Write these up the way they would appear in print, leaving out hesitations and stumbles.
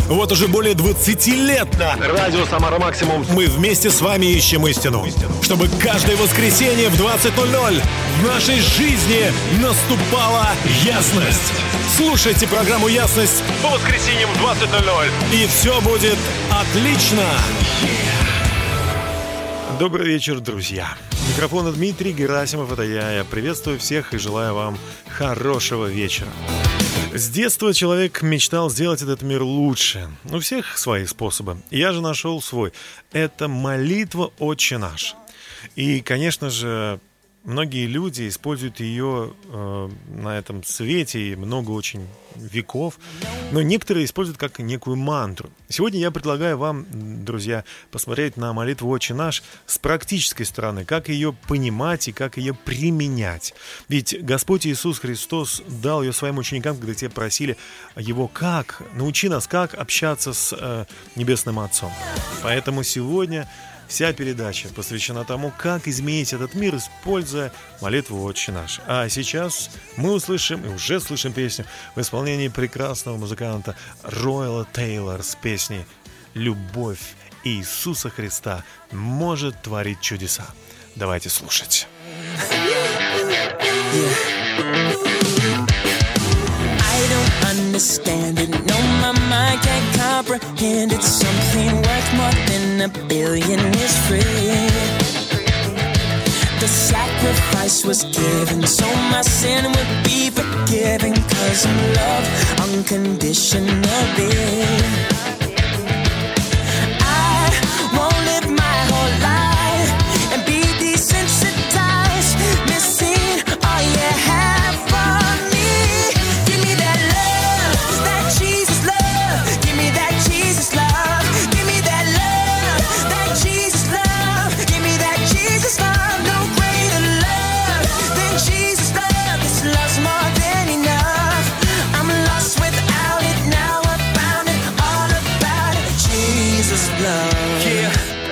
Вот уже более 20 лет на радио «Самара Максимум» мы вместе с вами ищем истину. Чтобы каждое воскресенье в 20:00 в нашей жизни наступала ясность. Слушайте программу «Ясность» по воскресеньям в 20:00, и все будет отлично. Добрый вечер, друзья. Микрофон Дмитрий Герасимов, это я. Я приветствую всех и желаю вам хорошего вечера. С детства человек мечтал сделать этот мир лучше. У всех свои способы. Я же нашел свой. Это молитва «Отче наш». И, конечно же, многие люди используют ее на этом свете и много очень веков, но некоторые используют как некую мантру. Сегодня я предлагаю вам, друзья, посмотреть на молитву «Отче наш» с практической стороны, как ее понимать и как ее применять. Ведь Господь Иисус Христос дал ее своим ученикам, когда те просили Его научи нас, как общаться с Небесным Отцом. Поэтому сегодня вся передача посвящена тому, как изменить этот мир, используя молитву «Отче наш». А сейчас мы услышим и уже слышим песню в исполнении прекрасного музыканта Роэла Тейлора с песней «Любовь Иисуса Христа может творить чудеса». Давайте слушать. I don't understand it, no, my mind can't comprehend it. Something worth more than $1 billion is free. The sacrifice was given so my sin would be forgiven, 'cause of love unconditionally. I won't live my whole life and be desensitized, missing all you have for me. Give me that love, that Jesus love. Give me that Jesus love. Give me that love, that Jesus love. Give me that Jesus love. No greater love than Jesus love. This love's more than enough. I'm lost without it, now I found it, all about it. Jesus love. Yeah.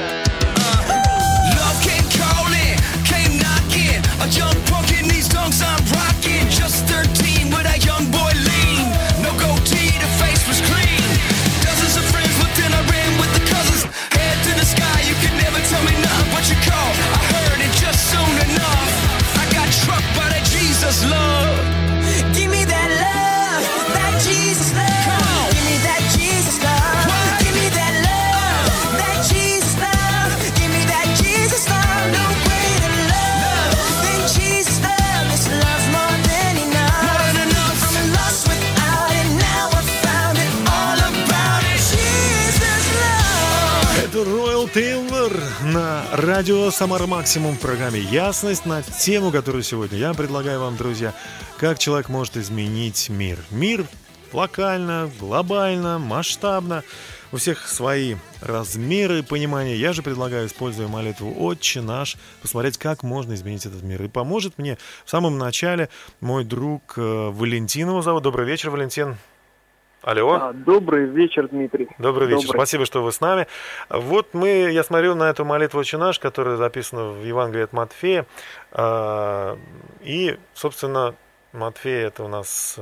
Love came calling, came knocking. A young punk in these dunks I'm rocking. Just 13 with a young boy lean. No goatee, the face was clean. Dozens of friends, but then I ran with the cousins. Head to the sky, you could never tell me nothing but you call. I heard it just soon enough. I got struck by that Jesus love. Give me that love, that Jesus love. Give me that Jesus love. Give me that love, that Jesus love. Give me that Jesus love. No greater love than Jesus love. This love's more than enough. I'm lost without it, now I found it, all about it. Jesus love. Это Роэл Тейлор на радио «Самара Максимум» в программе «Ясность» на тему, которую сегодня я предлагаю вам, друзья, как человек может изменить мир. Мир локально, глобально, масштабно. У всех свои размеры и понимания. Я же предлагаю, используя молитву «Отче наш», посмотреть, как можно изменить этот мир. И поможет мне в самом начале мой друг Валентин, его зовут. Добрый вечер, Валентин. Алло. Добрый вечер, Дмитрий. Добрый вечер. Спасибо, что вы с нами. Вот я смотрю на эту молитву «Отче наш», которая записана в Евангелии от Матфея. И, собственно, Матфея — это у нас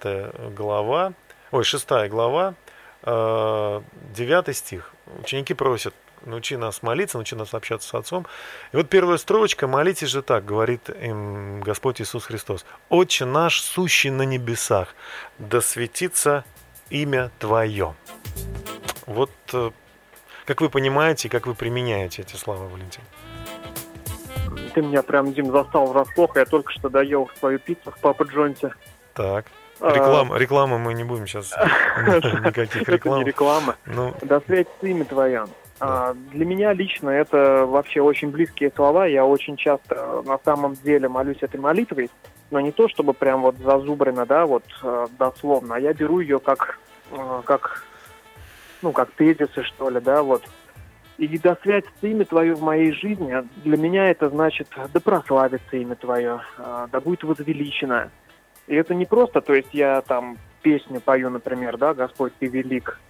6 глава, 9 стих. Ученики просят: научи нас молиться, научи нас общаться с Отцом. И вот первая строчка: молитесь же так, говорит им Господь Иисус Христос: «Отче наш, сущий на небесах, да светится имя Твое». Вот как вы понимаете, как вы применяете эти слова, Валентин? Ты меня прям, Дим, застал врасплох. Я только что доел свою пиццу в Папа Джонсе. Так. Рекламы мы не будем сейчас. Никаких реклам. Это не реклама. Да светится имя Твое. Для меня лично это вообще очень близкие слова. Я очень часто на самом деле молюсь этой молитвой, но не то, чтобы прям вот зазубрено, да, вот дословно, а я беру ее как тезисы, что ли, да, вот. И да святится имя Твое в моей жизни, для меня это значит: да прославится имя Твое, да будет возвеличено. И это не просто, то есть я там песню пою, например, да, «Господь, Ты велик»,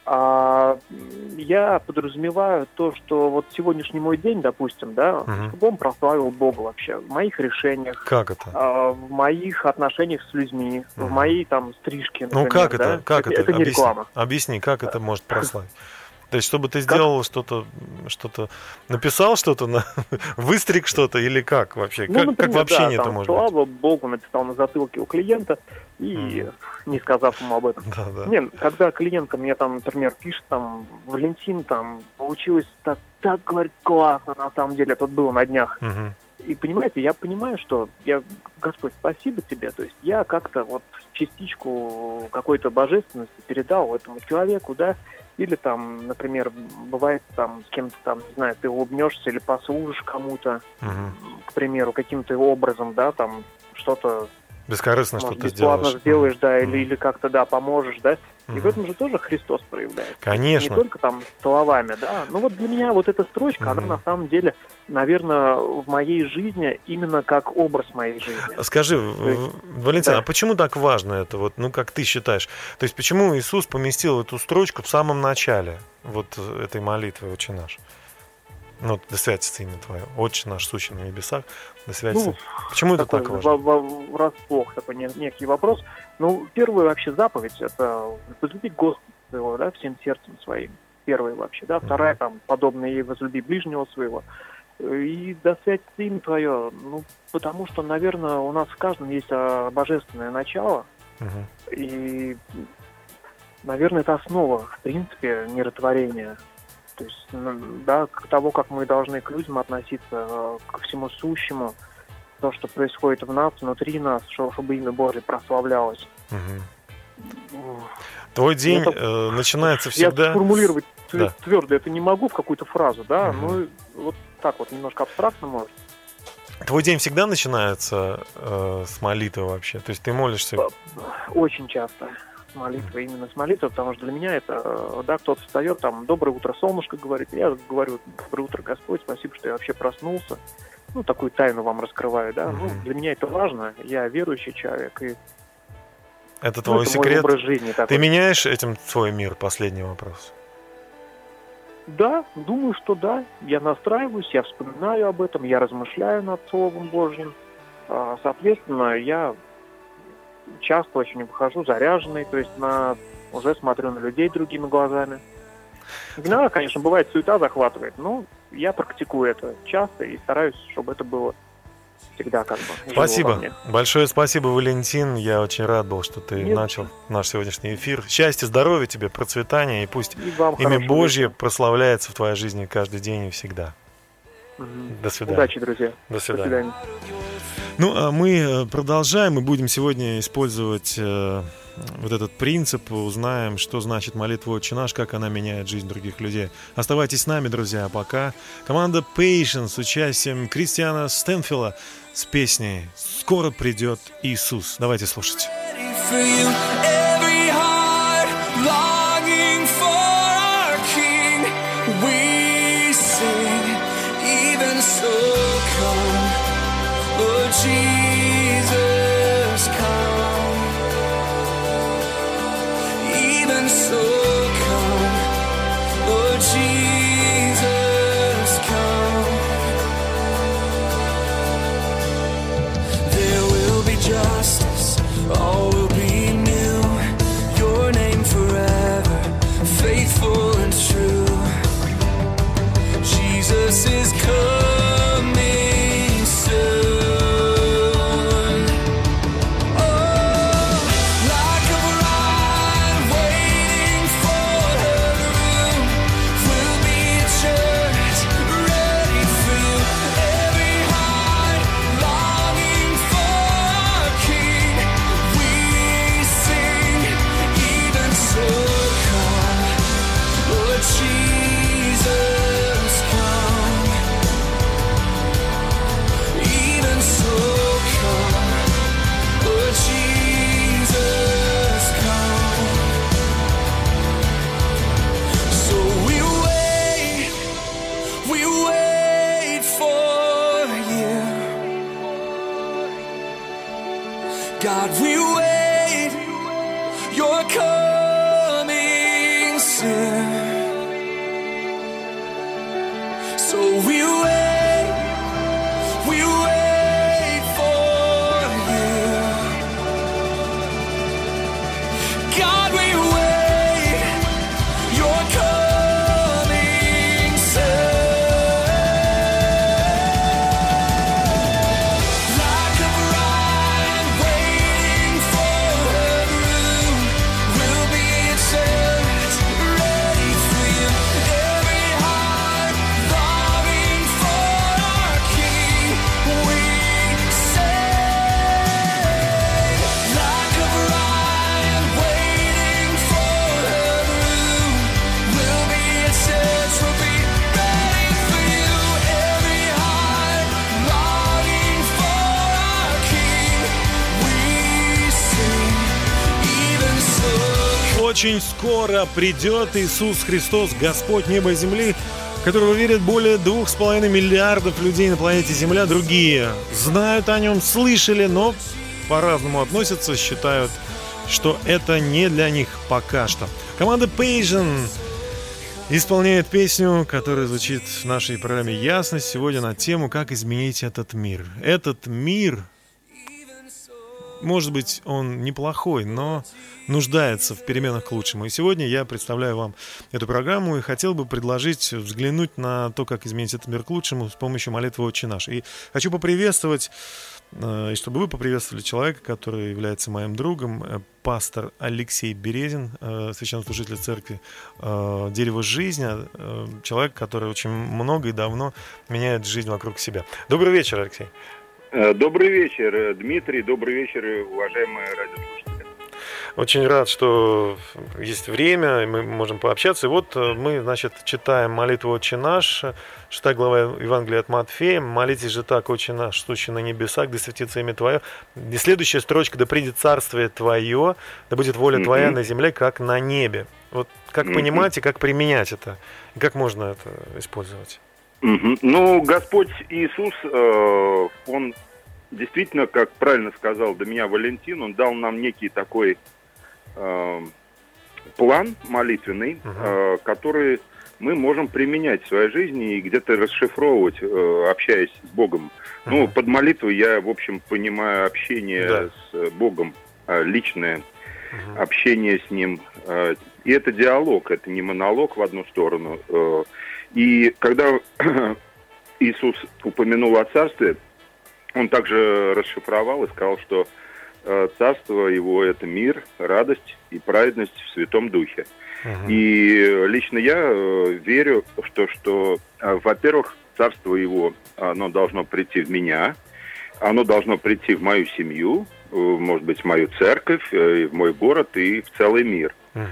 Я подразумеваю то, что вот сегодняшний мой день, допустим, да, чтобы он прославил Бога вообще в моих решениях, Как это? в моих отношениях с людьми, в моей там стрижке, Ну например, как да? это? Как это? Это не Объясни. реклама. Объясни, как это может прославить? То есть, чтобы ты сделал что-то написал что-то, выстриг что-то или как вообще? Ну, Как например, в общении да, это там, может быть? слава Богу, написал на затылке у клиента и не сказав ему об этом. Да. Нет, когда клиентка мне там, например, пишет, там, Валентин, там, получилось так, говорит, классно, на самом деле, тут было на днях. Мгм. И понимаете, я понимаю, что Господь, спасибо тебе, то есть я как-то вот частичку какой-то божественности передал этому человеку, да, или там, например, бывает там с кем-то там, не знаю, ты улыбнешься или послужишь кому-то, Мгм. к примеру, каким-то образом, да, там что-то, Бескорыстно может, что-то бесплатно сделаешь. сделаешь, да, Мгм. или как-то, да, поможешь, да. И Мгм. в этом же тоже Христос проявляется. Конечно. Не только там словами, да. Ну вот для меня вот эта строчка, она Мгм. на самом деле, наверное, в моей жизни именно как образ моей жизни. Скажи, есть, Валентин, да. а почему так важно это, вот, ну, как ты считаешь? То есть, почему Иисус поместил эту строчку в самом начале вот этой молитвы «Отче наш»? Ну, да святится имя Твое. Отче наш, сущий на небесах, да святится. Ну, Почему это такой так важно? врасплох такой некий вопрос. Ну, первая вообще заповедь — это возлюбить Господа своего, да, всем сердцем своим. Первая вообще, да. Вторая, там, подобная ей, возлюби ближнего своего. И да святится имя Твое, ну, потому что, наверное, у нас в каждом есть божественное начало, Мгм. и, наверное, это основа, в принципе, миротворения. То есть, да, к того, как мы должны к людям относиться, ко всему сущему, то, что происходит в нас, внутри нас, чтобы имя Божие прославлялось. Мгм. Твой день начинается Я всегда... сформулировать Да. твердо это не могу в какую-то фразу, да, Мгм. ну, вот так вот, немножко абстрактно, может. Твой день всегда начинается с молитвы вообще? То есть ты молишься... Очень часто с молитвы, именно с молитвы, потому что для меня это, да, кто-то встает, там, доброе утро, солнышко, говорит, я говорю, доброе утро, Господь, спасибо, что я вообще проснулся. Ну, такую тайну вам раскрываю, да. Ну, Мгм. для меня это важно, я верующий человек, и Это ну, твой это мой секрет? образ жизни такой. Ты меняешь этим свой мир? Последний вопрос. Да, думаю, что да. Я настраиваюсь, я вспоминаю об этом, я размышляю над Словом Божьим. Соответственно, я часто очень выхожу заряженный, то есть уже смотрю на людей другими глазами. Иногда, конечно, бывает, суета захватывает, но я практикую это часто и стараюсь, чтобы это было всегда как бы жило во Спасибо. мне. Большое спасибо, Валентин. Я очень рад был, что ты Нет. начал наш сегодняшний эфир. Счастья, здоровья тебе, процветания, и пусть И вам имя хорошего Божье вечера. прославляется в твоей жизни каждый день и всегда. Мгм. До свидания. Удачи, друзья. До До свидания. свидания. Ну, а мы продолжаем. Мы будем сегодня использовать вот этот принцип. Узнаем, что значит молитва «Отче наш», как она меняет жизнь других людей. Оставайтесь с нами, друзья. А пока команда Patience с участием Кристиана Стэнфилла с песней «Скоро придет Иисус». Давайте слушать. For you, every heart longing for our King. We sing, even so come, Lord Jesus, come. Even so come, Lord Jesus, come. There will be justice, all will be new. Your name forever, faithful and true. Jesus is coming soon. Oh, like a bride waiting for her groom, we'll be a church ready for you. Every heart longing for our King. We sing, even so come, Lord Jesus, come. Even so come, Lord Jesus, come. So we wait for you. God, we wait, you're coming soon. Очень скоро придет Иисус Христос, Господь неба и земли, в которого верят более 2,5 миллиардов людей на планете Земля. Другие знают о нем, слышали, но по-разному относятся, считают, что это не для них пока что. Команда Payson исполняет песню, которая звучит в нашей программе «Ясность» сегодня на тему «Как изменить этот мир». Этот мир, может быть, он неплохой, но нуждается в переменах к лучшему. И сегодня я представляю вам эту программу и хотел бы предложить взглянуть на то, как изменить этот мир к лучшему с помощью молитвы «Отче наш». И хочу поприветствовать, и чтобы вы поприветствовали человека, который является моим другом, пастор Алексей Березин, священнослужитель церкви «Дерево жизни», человек, который очень много и давно меняет жизнь вокруг себя. Добрый вечер, Алексей. Добрый вечер, Дмитрий. Добрый вечер, уважаемые радиослушатели. Очень рад, что есть время, и мы можем пообщаться. И вот мы, значит, читаем молитву «Отче наш», 6 глава Евангелия от Матфея. «Молитесь же так, Отче наш, сущий на небесах, да светится имя Твое». И следующая строчка: «Да придет царствие Твое, да будет воля Твоя на земле, как на небе». Вот как понимать и как применять это? И как можно это использовать? Ну, Господь Иисус, Он действительно, как правильно сказал до меня Валентин, Он дал нам некий такой план молитвенный, который мы можем применять в своей жизни и где-то расшифровывать, общаясь с Богом. Ну, под молитвой я, в общем, понимаю общение с Богом, личное общение с Ним. И это диалог, это не монолог в одну сторону. И когда Иисус упомянул о царстве, Он также расшифровал и сказал, что царство Его – это мир, радость и праведность в Святом Духе. И лично я верю, что, во-первых, царство Его, оно должно прийти в меня, оно должно прийти в мою семью, может быть, в мою церковь, в мой город и в целый мир.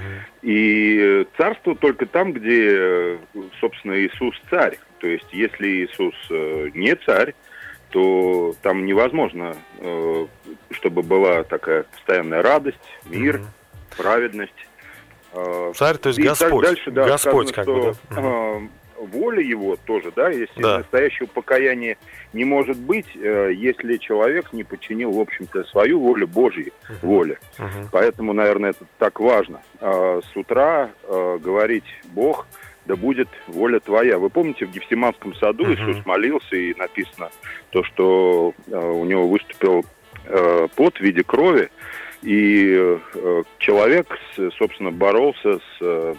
И царство только там, где, собственно, Иисус царь. То есть, если Иисус не царь, то там невозможно, чтобы была такая постоянная радость, мир, праведность. Царь, то есть Господь. Дальше, да, Господь, сказано, как бы, да. Воля Его тоже, да, если настоящего покаяния не может быть, если человек не подчинил, в общем-то, свою волю Божьей воле. Поэтому, наверное, это так важно. С утра говорить: Бог, да будет воля Твоя. Вы помните, в Гефсиманском саду Иисус молился, и написано то, что у него выступил пот в виде крови, и человек, собственно, боролся с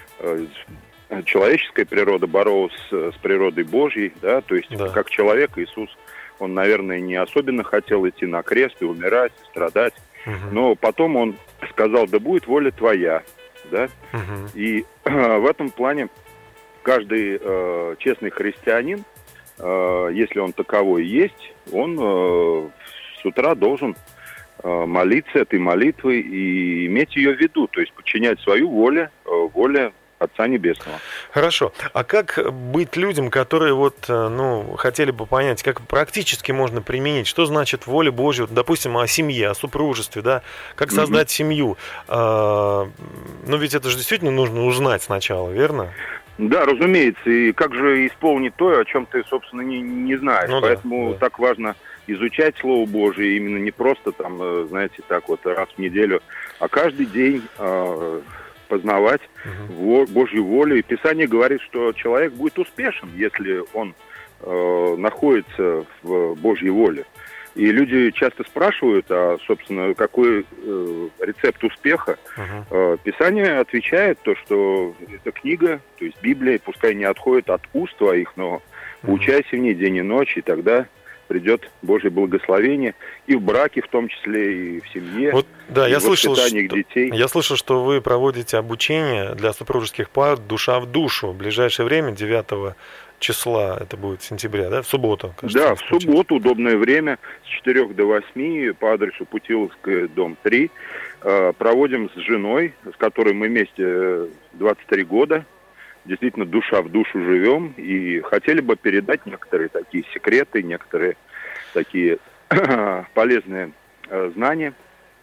человеческая природа боролась с природой Божьей, да, то есть как человек Иисус, Он, наверное, не особенно хотел идти на крест и умирать, и страдать, но потом Он сказал: да будет воля Твоя, да, и в этом плане каждый честный христианин, если он таковой есть, он с утра должен молиться этой молитвой и иметь ее в виду, то есть подчинять свою волю воле Отца Небесного. Хорошо. А как быть людям, которые вот, хотели бы понять, как практически можно применить, что значит воля Божья, допустим, о семье, о супружестве, да, как создать семью? Ведь это же действительно нужно узнать сначала, верно? Да, разумеется. И как же исполнить то, о чем ты, собственно, не знаешь. Поэтому так важно изучать Слово Божие, именно не просто там, знаете, так вот раз в неделю, а каждый день познавать Божью волю. И Писание говорит, что человек будет успешен, если он находится в Божьей воле. И люди часто спрашивают, собственно, какой рецепт успеха. Писание отвечает то, что эта книга, то есть Библия, пускай не отходит от уст твоих, но поучайся в ней день и ночь, и тогда придет Божье благословение и в браке, в том числе, и в семье, и в воспитании детей. Я слышал, что вы проводите обучение для супружеских пар «Душа в душу». В ближайшее время, 9 числа, это будет сентября, да, в субботу? Кажется, да, в субботу, удобное время, с 4 до 8 по адресу Путиловская, дом 3. Проводим с женой, с которой мы вместе 23 года. Действительно, душа в душу живем, и хотели бы передать некоторые такие секреты, некоторые такие полезные знания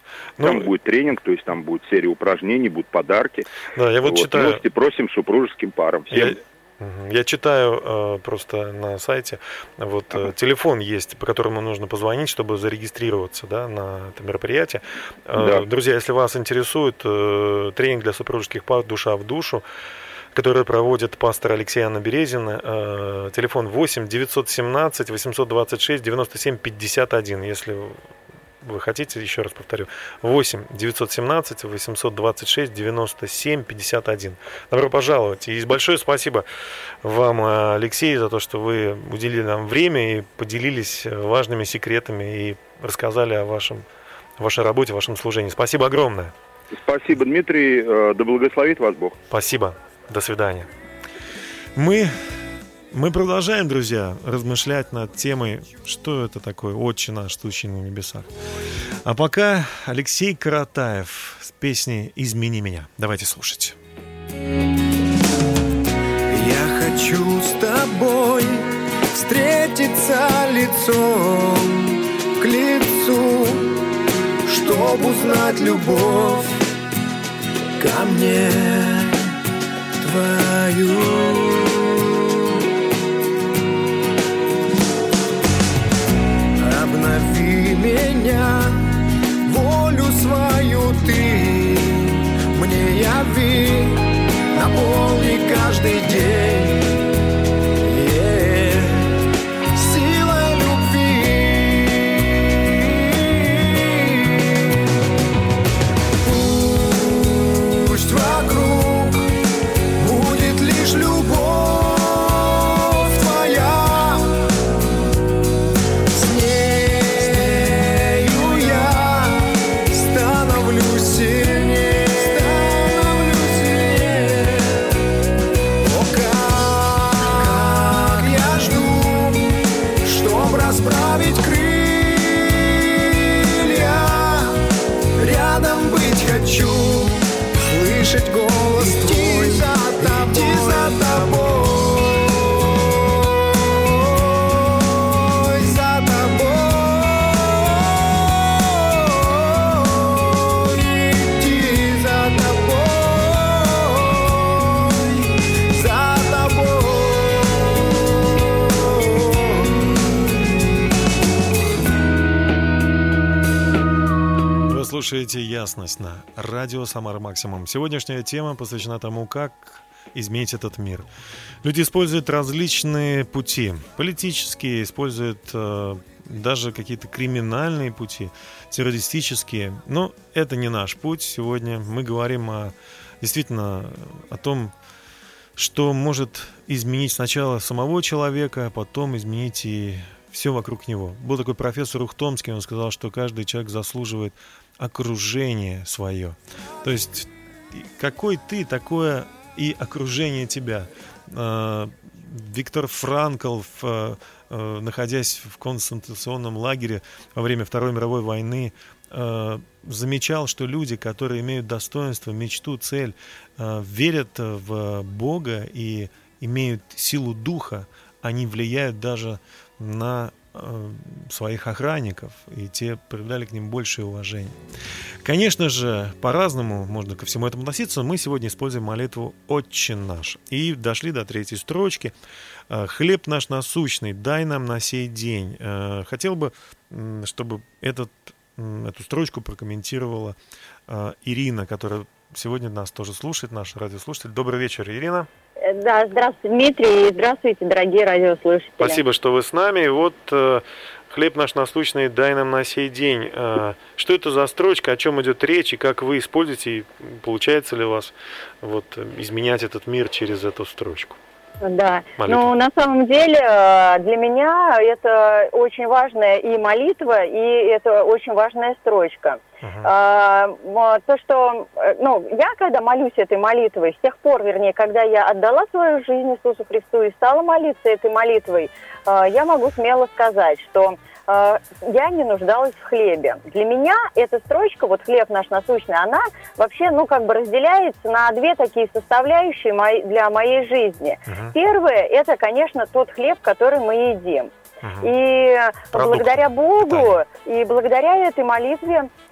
Там будет тренинг, то есть там будет серия упражнений, будут подарки. Да, я вот читаю. Милости просим супружеским парам. Всем. Я читаю просто на сайте, телефон есть, по которому нужно позвонить, чтобы зарегистрироваться, да, на это мероприятие. Да. Друзья, если вас интересует тренинг для супружеских пар «Душа в душу», который проводит пастор Алексей Анна Березина, телефон 8 917 826 97 51, если вы хотите, еще раз повторю, 8 917 826 97 51. Добро пожаловать. И большое спасибо вам, Алексей, за то, что вы уделили нам время и поделились важными секретами и рассказали о вашей работе, вашем служении. Спасибо огромное. Спасибо, Дмитрий. Да благословит вас Бог. Спасибо. До свидания. Мы продолжаем, друзья, размышлять над темой, что это такое «Отче наш, сущий на небесах». А пока Алексей Каратаев с песней «Измени меня». Давайте слушать. Я хочу с тобой встретиться лицом к лицу, чтобы узнать любовь ко мне твою. Обнови меня, волю свою ты мне яви, наполни каждый день силой любви. Пусть вокруг будет лишь любовь твоя, с нею я становлюсь сильнее. О, как я жду, чтоб расправить крылья, рядом быть хочу, слышать голос твой, идти за тобой, за тобой, идти за тобой, за тобой. Вы слушаете «Ясность» на радио «Самара Максимум». Сегодняшняя тема посвящена тому, как изменить этот мир. Люди используют различные пути. Политические, используют даже какие-то криминальные пути, террористические. Но это не наш путь. Сегодня мы говорим действительно о том, что может изменить сначала самого человека, а потом изменить и все вокруг него. Был такой профессор Ухтомский, он сказал, что каждый человек заслуживает окружение свое. То есть какой ты, такое и окружение тебя. Виктор Франкл, находясь в концентрационном лагере во время Второй мировой войны, замечал, что люди, которые имеют достоинство, мечту, цель, верят в Бога и имеют силу духа, они влияют даже на своих охранников, и те проявляли к ним большее уважение. Конечно же, по-разному можно ко всему этому относиться. Мы сегодня используем молитву «Отче наш». И дошли до 3-й строчки. «Хлеб наш насущный, дай нам на сей день». Хотел бы, чтобы эту строчку прокомментировала Ирина, которая сегодня нас тоже слушает, наш радиослушатель. Добрый вечер, Ирина. Да, здравствуйте, Дмитрий, и здравствуйте, дорогие радиослушатели. Спасибо, что вы с нами. Вот «Хлеб наш насущный, дай нам на сей день». Что это за строчка, о чем идет речь, и как вы используете, и получается ли у вас изменять этот мир через эту строчку? Да, Молитва. ну на самом деле для меня это очень важная и молитва, и это очень важная строчка. То, что, я когда молюсь этой молитвой, с тех пор, когда я отдала свою жизнь Иисусу Христу и стала молиться этой молитвой, я могу смело сказать, что я не нуждалась в хлебе. Для меня эта строчка, «Хлеб наш насущный», она вообще, разделяется на две такие составляющие для моей жизни. Первое, это, конечно, тот хлеб, который мы едим. И благодаря Богу, и благодаря этой молитве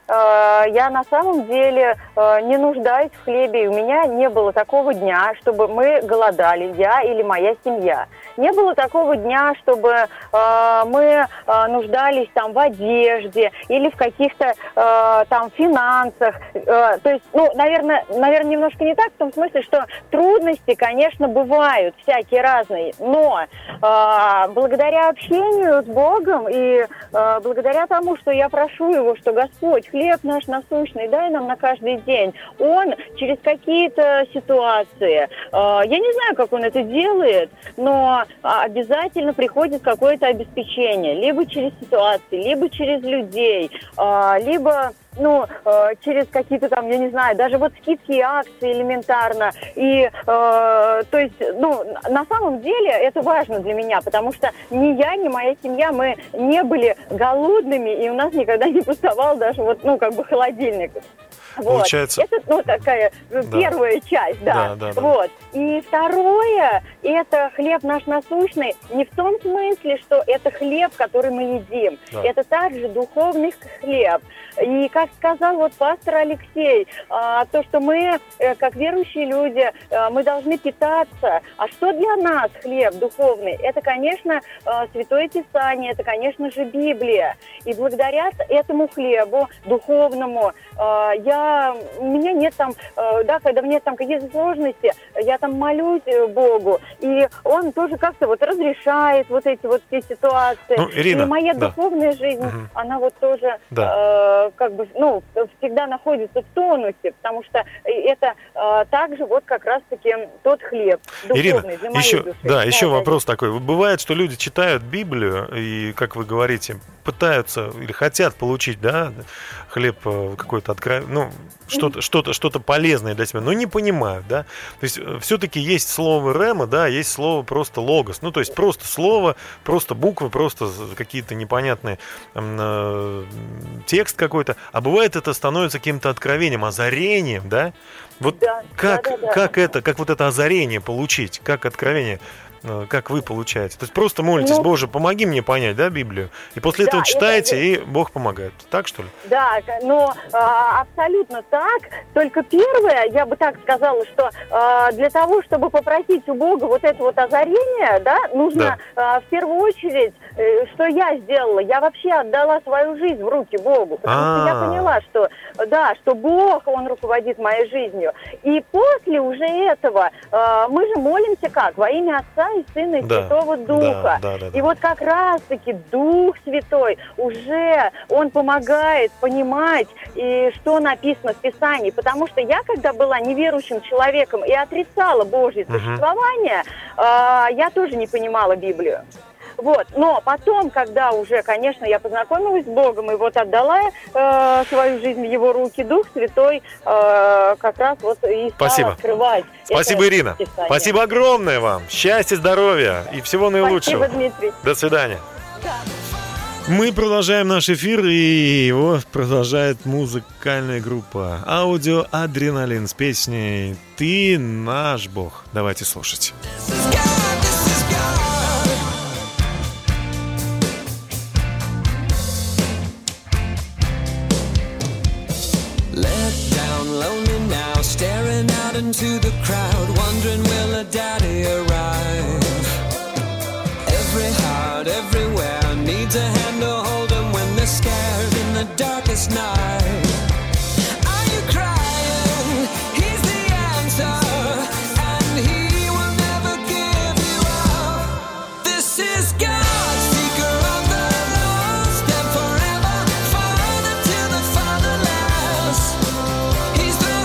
я на самом деле не нуждаюсь в хлебе. И у меня не было такого дня, чтобы мы голодали, я или моя семья. Не было такого дня, чтобы мы нуждались там в одежде или в каких-то там финансах. То есть, ну, наверное, немножко не так, в том смысле, что трудности, конечно, бывают всякие разные, но благодаря общению с Богом и благодаря тому, что я прошу Его, что Господь, хлеб наш насущный, дай нам на каждый день, Он через какие-то ситуации, я не знаю, как Он это делает, но обязательно приходит какое-то обеспечение, либо через ситуации, либо через людей, либо через какие-то там, я не знаю, даже вот скидки и акции элементарно. И, то есть, на самом деле это важно для меня, потому что ни я, ни моя семья, мы не были голодными, и у нас никогда не пустовал даже холодильник. Получается... Вот. Это, такая первая часть, да. Вот. И второе, это хлеб наш насущный, не в том смысле, что это хлеб, который мы едим. Да. Это также духовный хлеб. И, как сказал пастор Алексей, то, что мы, как верующие люди, мы должны питаться. А что для нас хлеб духовный? Это, конечно, Святое Писание, это, конечно же, Библия. И благодаря этому хлебу духовному у меня нет там, когда мне там какие-то сложности, я там молюсь Богу, и Он тоже как-то разрешает эти все ситуации. Ирина, и моя духовная жизнь, она тоже всегда находится в тонусе, потому что это также как раз-таки тот хлеб духовный, Ирина, для моей души. Еще вопрос такой. Бывает, что люди читают Библию и, как вы говорите, пытаются или хотят получить, хлеб какой-то что-то полезное для себя, но не понимают, да. То есть все-таки есть слово рема, есть слово просто логос. То есть просто слово, просто буквы, просто какие-то непонятные текст какой-то. А бывает, это становится каким-то откровением, озарением, да? Как это озарение получить, как откровение? Как вы получаете? То есть просто молитесь, Боже, помоги мне понять, Библию. И после этого читаете, и Бог помогает. Так, что ли? Да, абсолютно так. Только первое, я бы так сказала, что для того, чтобы попросить у Бога это озарение, нужно в первую очередь, что я сделала? Я вообще отдала свою жизнь в руки Богу. Потому что я поняла, что Бог, Он руководит моей жизнью. И после уже этого мы же молимся как? Во имя Отца и Сына и Святого Духа. Да. И как раз-таки Дух Святой уже, Он помогает понимать, и что написано в Писании. Потому что я, когда была неверующим человеком и отрицала Божье существование, я тоже не понимала Библию. Но потом, когда уже, конечно, я познакомилась с Богом и отдала свою жизнь в Его руки, Дух Святой как раз и стал открывать. Спасибо, Ирина. Писание. Спасибо огромное вам. Счастья, здоровья и всего наилучшего. Спасибо, Дмитрий. До свидания. Да. Мы продолжаем наш эфир, и его продолжает музыкальная группа «Аудио Адреналин» с песней «Ты наш Бог». Давайте слушать. Staring out into the crowd, wondering will a daddy arrive? Every heart, everywhere needs a hand to hold them when they're scared in the darkest night. Are you crying? He's the answer, and he will never give you up. This is God, seeker of the lost, and forever father to the fatherless. He's the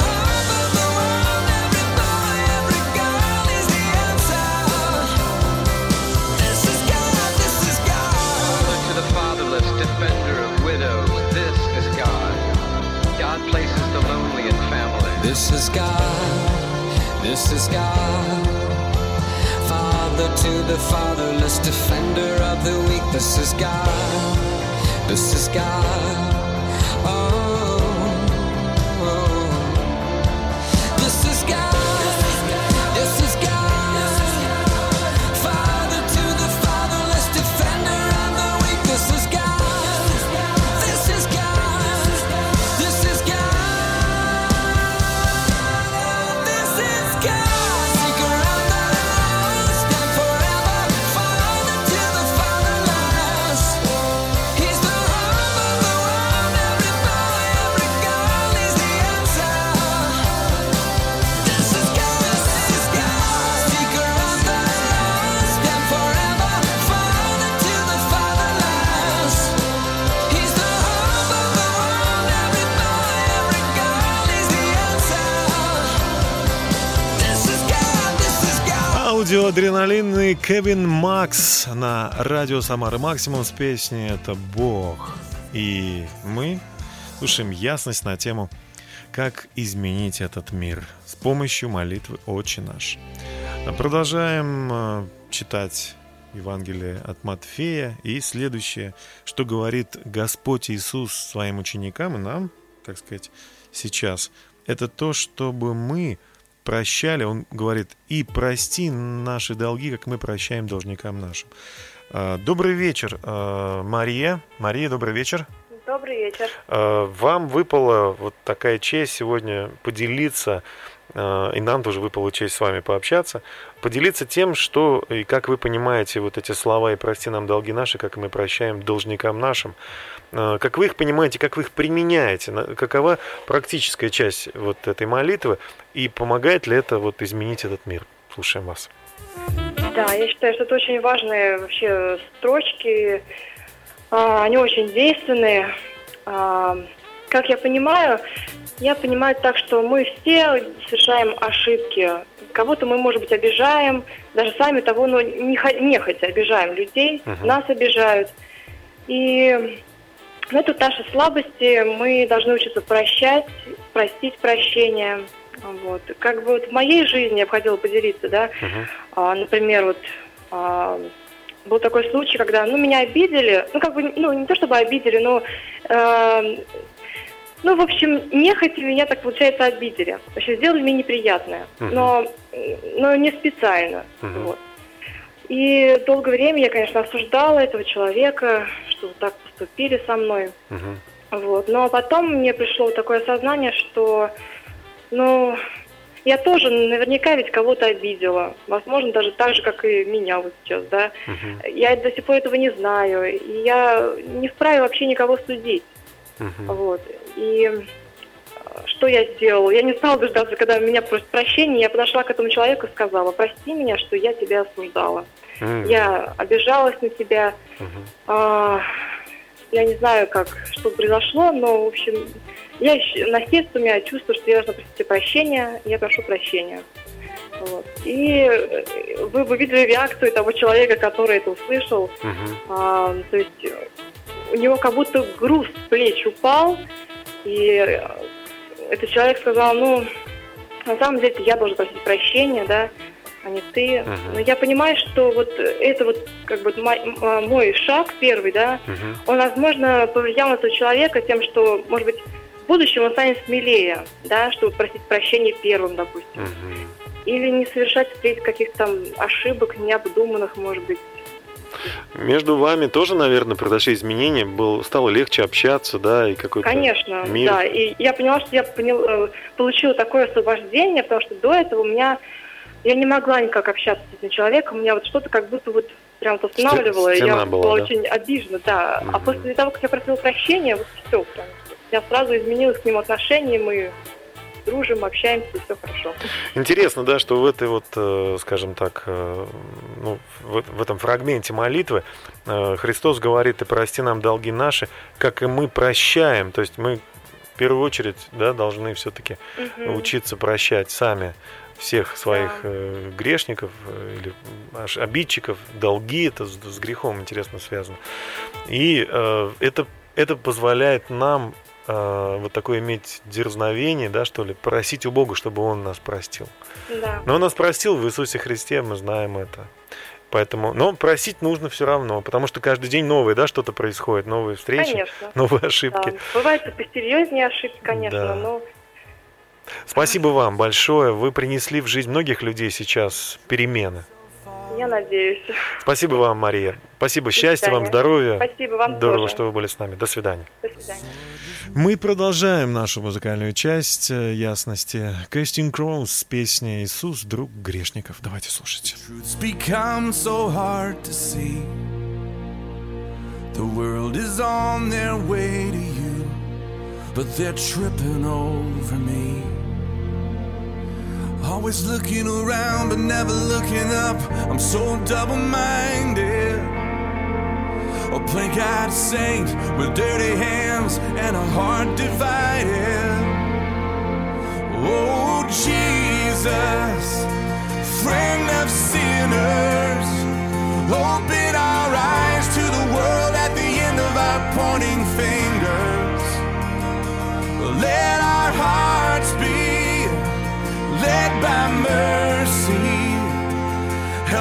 defender of widows, this is God. God places the lonely in family. This is God, this is God. Father to the fatherless, defender of the weak. This is God, this is God. Oh, oh. This is God. This Аудиоадреналинный Кевин Макс на радио Самары Максимум с песней «Это Бог». И мы слушаем ясность на тему «Как изменить этот мир» с помощью молитвы «Отче наш». Продолжаем читать Евангелие от Матфея. И следующее, что говорит Господь Иисус своим ученикам и нам, так сказать, сейчас, это то, чтобы мы прощали. Он говорит: «И прости наши долги, как мы прощаем должникам нашим». Добрый вечер, Мария. Мария, добрый вечер. Добрый вечер. Вам выпала вот такая честь сегодня поделиться, и нам тоже выпала честь с вами пообщаться, поделиться тем, что и как вы понимаете вот эти слова «и прости нам долги наши, как мы прощаем должникам нашим». Как вы их понимаете, как вы их применяете, какова практическая часть вот этой молитвы, и помогает ли это вот изменить этот мир? Слушаем вас. Да, я считаю, что это очень важные вообще строчки, они очень действенные. Как я понимаю так, что мы все совершаем ошибки. Кого-то мы, может быть, обижаем, даже сами того, но нехотя обижаем людей, нас обижают. И это наши слабости, мы должны учиться прощать, простить прощение. Вот. Как бы вот в моей жизни я бы хотела поделиться, да, например, вот был такой случай, когда, меня обидели, не то чтобы обидели, но, в общем, нехотя меня, так получается, обидели. Вообще сделали мне неприятное, но не специально, вот. И долгое время я, конечно, осуждала этого человека, что вот так поступили со мной. Вот. Но потом мне пришло такое осознание, что, я тоже наверняка ведь кого-то обидела. Возможно, даже так же, как и меня вот сейчас, да. Я до сих пор этого не знаю. И я не вправе вообще никого судить. Вот. И что я сделала? Я не стала дождаться, когда меня просят прощения. Я подошла к этому человеку и сказала: прости меня, что я тебя осуждала. Я обижалась на тебя. Я не знаю, что произошло, но, в общем, я на сердце у меня чувствую, что я должна просить прощения, я прошу прощения. Вот. И вы видели реакцию того человека, который это услышал. То есть у него как будто груз с плеч упал, и этот человек сказал: на самом деле я должен просить прощения, да, а не ты. Но я понимаю, что вот это вот как бы мой шаг первый, да, он, возможно, повлиял на этого человека тем, что, может быть, в будущем он станет смелее, да, чтобы просить прощения первым, допустим. Или не совершать впредь каких-то там ошибок, необдуманных, может быть. Между вами тоже, наверное, произошли изменения, стало легче общаться, да, и какой-то Конечно, мир. Да, и я поняла, что я получила такое освобождение, потому что до этого я не могла никак общаться с этим человеком, у меня вот что-то как будто вот прям останавливало, и я была очень обижена, да. А после того, как я просила прощения, вот все, прям, я сразу изменила к нему отношения, мы дружим, общаемся, и все хорошо. Интересно, да, что в этой вот, скажем так, в этом фрагменте молитвы Христос говорит: «И прости нам долги наши, как и мы прощаем». То есть мы в первую очередь, да, должны все-таки учиться прощать сами всех своих грешников или обидчиков. Долги — это с грехом, интересно, связано. И это позволяет нам вот такое иметь дерзновение, да, что ли, просить у Бога, чтобы Он нас простил. Да. Но Он нас простил в Иисусе Христе, мы знаем это. Поэтому, но просить нужно все равно, потому что каждый день новое, да, что-то происходит, новые встречи, конечно, новые ошибки. Да. Бывают и посерьезнее ошибки, конечно, да. но... Спасибо вам большое. Вы принесли в жизнь многих людей сейчас перемены. Я надеюсь. Спасибо вам, Мария. Спасибо, счастья вам, здоровья. Спасибо вам Здорово, тоже. что вы были с нами. До свидания. До свидания. Мы продолжаем нашу музыкальную часть ясности. Casting Crowns с песней «Иисус, друг грешников». Давайте слушать. Truth's become so hard to see. The world is on their way to you, but they're tripping over me. Always looking around but never looking up. I'm so double-minded. A plain-eyed saint with dirty hands and a heart divided. Oh, Jesus, friend of sin.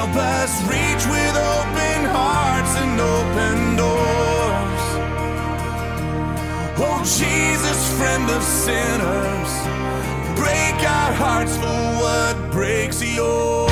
Help us reach with open hearts and open doors. Oh, Jesus, friend of sinners, break our hearts for what breaks yours.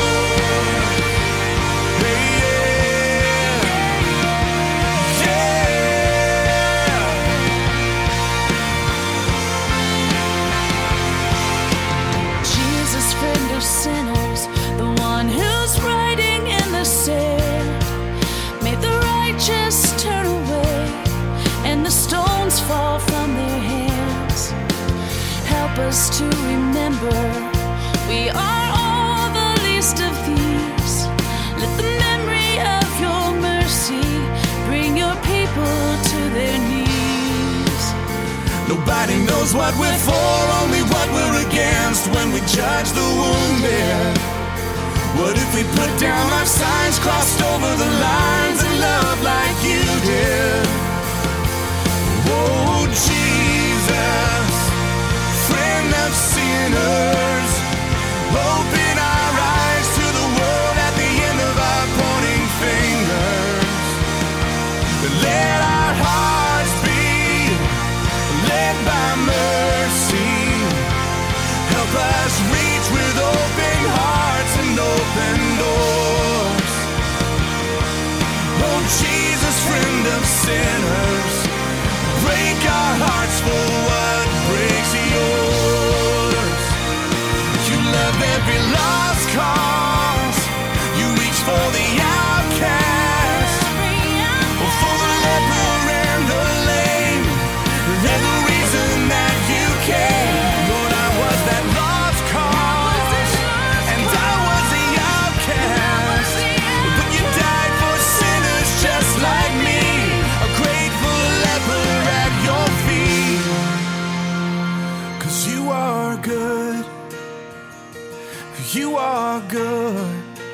Sinners, the one who's writing in the sand, made the righteous turn away and the stones fall from their hands. Help us to remember we are all the least of these. Let the memory of your mercy bring your people to their knees. Nobody knows what we're for, only what we're against when we judge the wounded. What if we put down our signs, crossed over the lines and love like you did? Oh, Jesus, friend of sinners, open our eyes to the world at the end of our pointing fingers. Let our hearts be led by mercy. Help us reach with open hearts and open doors. Oh, Jesus, friend of sinners, break our hearts for what breaks yours. You love every lost cause. You reach for the outcast, for the leper and the lame. Every reason that you came, Lord, I was that lost cause, and I was the outcast, but you died for sinners just like me, a grateful leper at your feet. 'Cause you are good, you are good,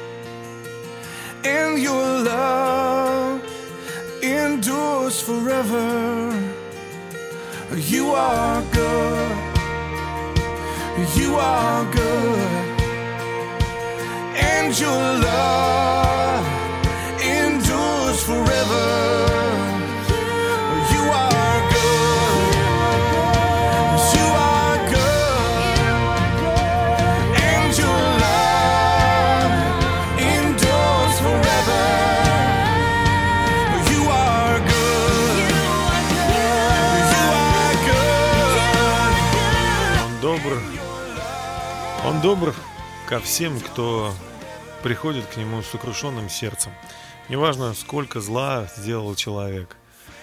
and your love endures forever. You are good, you are good, and your love endures forever. You are good, you are good, and your love endures forever. You are good, you are good. Он добр ко всем, кто приходит к нему с сокрушенным сердцем. Неважно, сколько зла сделал человек,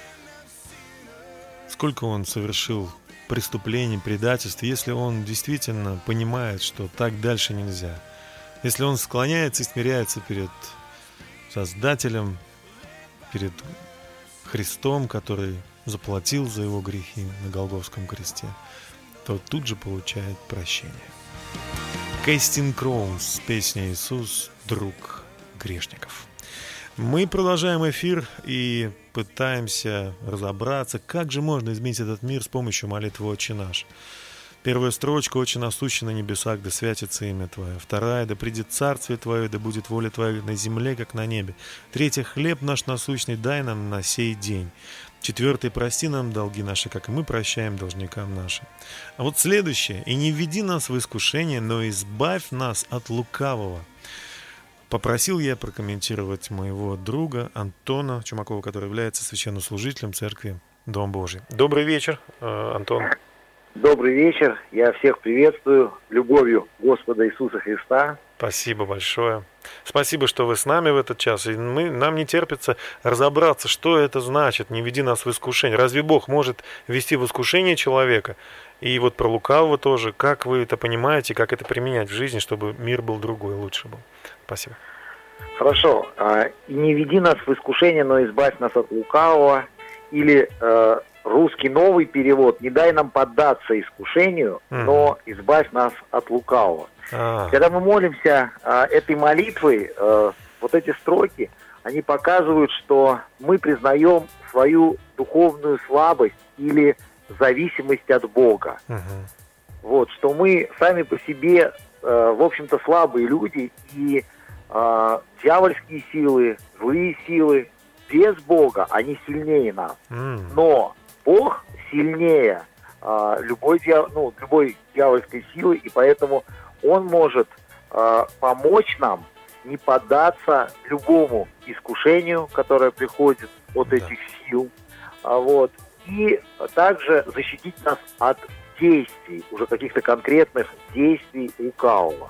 сколько он совершил преступлений, предательств, если он действительно понимает, что так дальше нельзя, если он склоняется и смиряется перед Создателем, перед Христом, который заплатил за его грехи на Голгофском кресте, то тут же получает прощение. Casting Crowns с песней «Иисус, друг грешников». Мы продолжаем эфир и пытаемся разобраться, как же можно изменить этот мир с помощью молитвы «Отче наш». Первая строчка: «Отче насущный на небесах, да святится имя Твое». Вторая: «Да придет царствие Твое, да будет воля Твоя на земле, как на небе». Третья: «Хлеб наш насущный дай нам на сей день». Четвертый: «Прости нам долги наши, как и мы прощаем должникам нашим». А вот следующее: «И не введи нас в искушение, но избавь нас от лукавого». Попросил я прокомментировать моего друга Антона Чумакова, который является священнослужителем церкви Дом Божий. Добрый вечер, Антон. Добрый вечер. Я всех приветствую любовью Господа Иисуса Христа. Спасибо большое. Спасибо, что вы с нами в этот час. И нам не терпится разобраться, что это значит «не веди нас в искушение». Разве Бог может ввести в искушение человека? И вот про лукавого тоже. Как вы это понимаете, как это применять в жизни, чтобы мир был другой, лучше был? Спасибо. Хорошо. «И не веди нас в искушение, но избавь нас от лукавого». Или русский новый перевод: «Не дай нам поддаться искушению, но избавь нас от лукавого». Когда мы молимся этой молитвой, вот эти строки, они показывают, что мы признаем свою духовную слабость или зависимость от Бога. Вот, что мы сами по себе, в общем-то, слабые люди, и дьявольские силы, злые силы без Бога, они сильнее нас. Но Бог сильнее любой дьявольской силы, и поэтому Он может помочь нам не поддаться любому искушению, которое приходит от этих сил, и также защитить нас от действий, уже каких-то конкретных действий лукавого.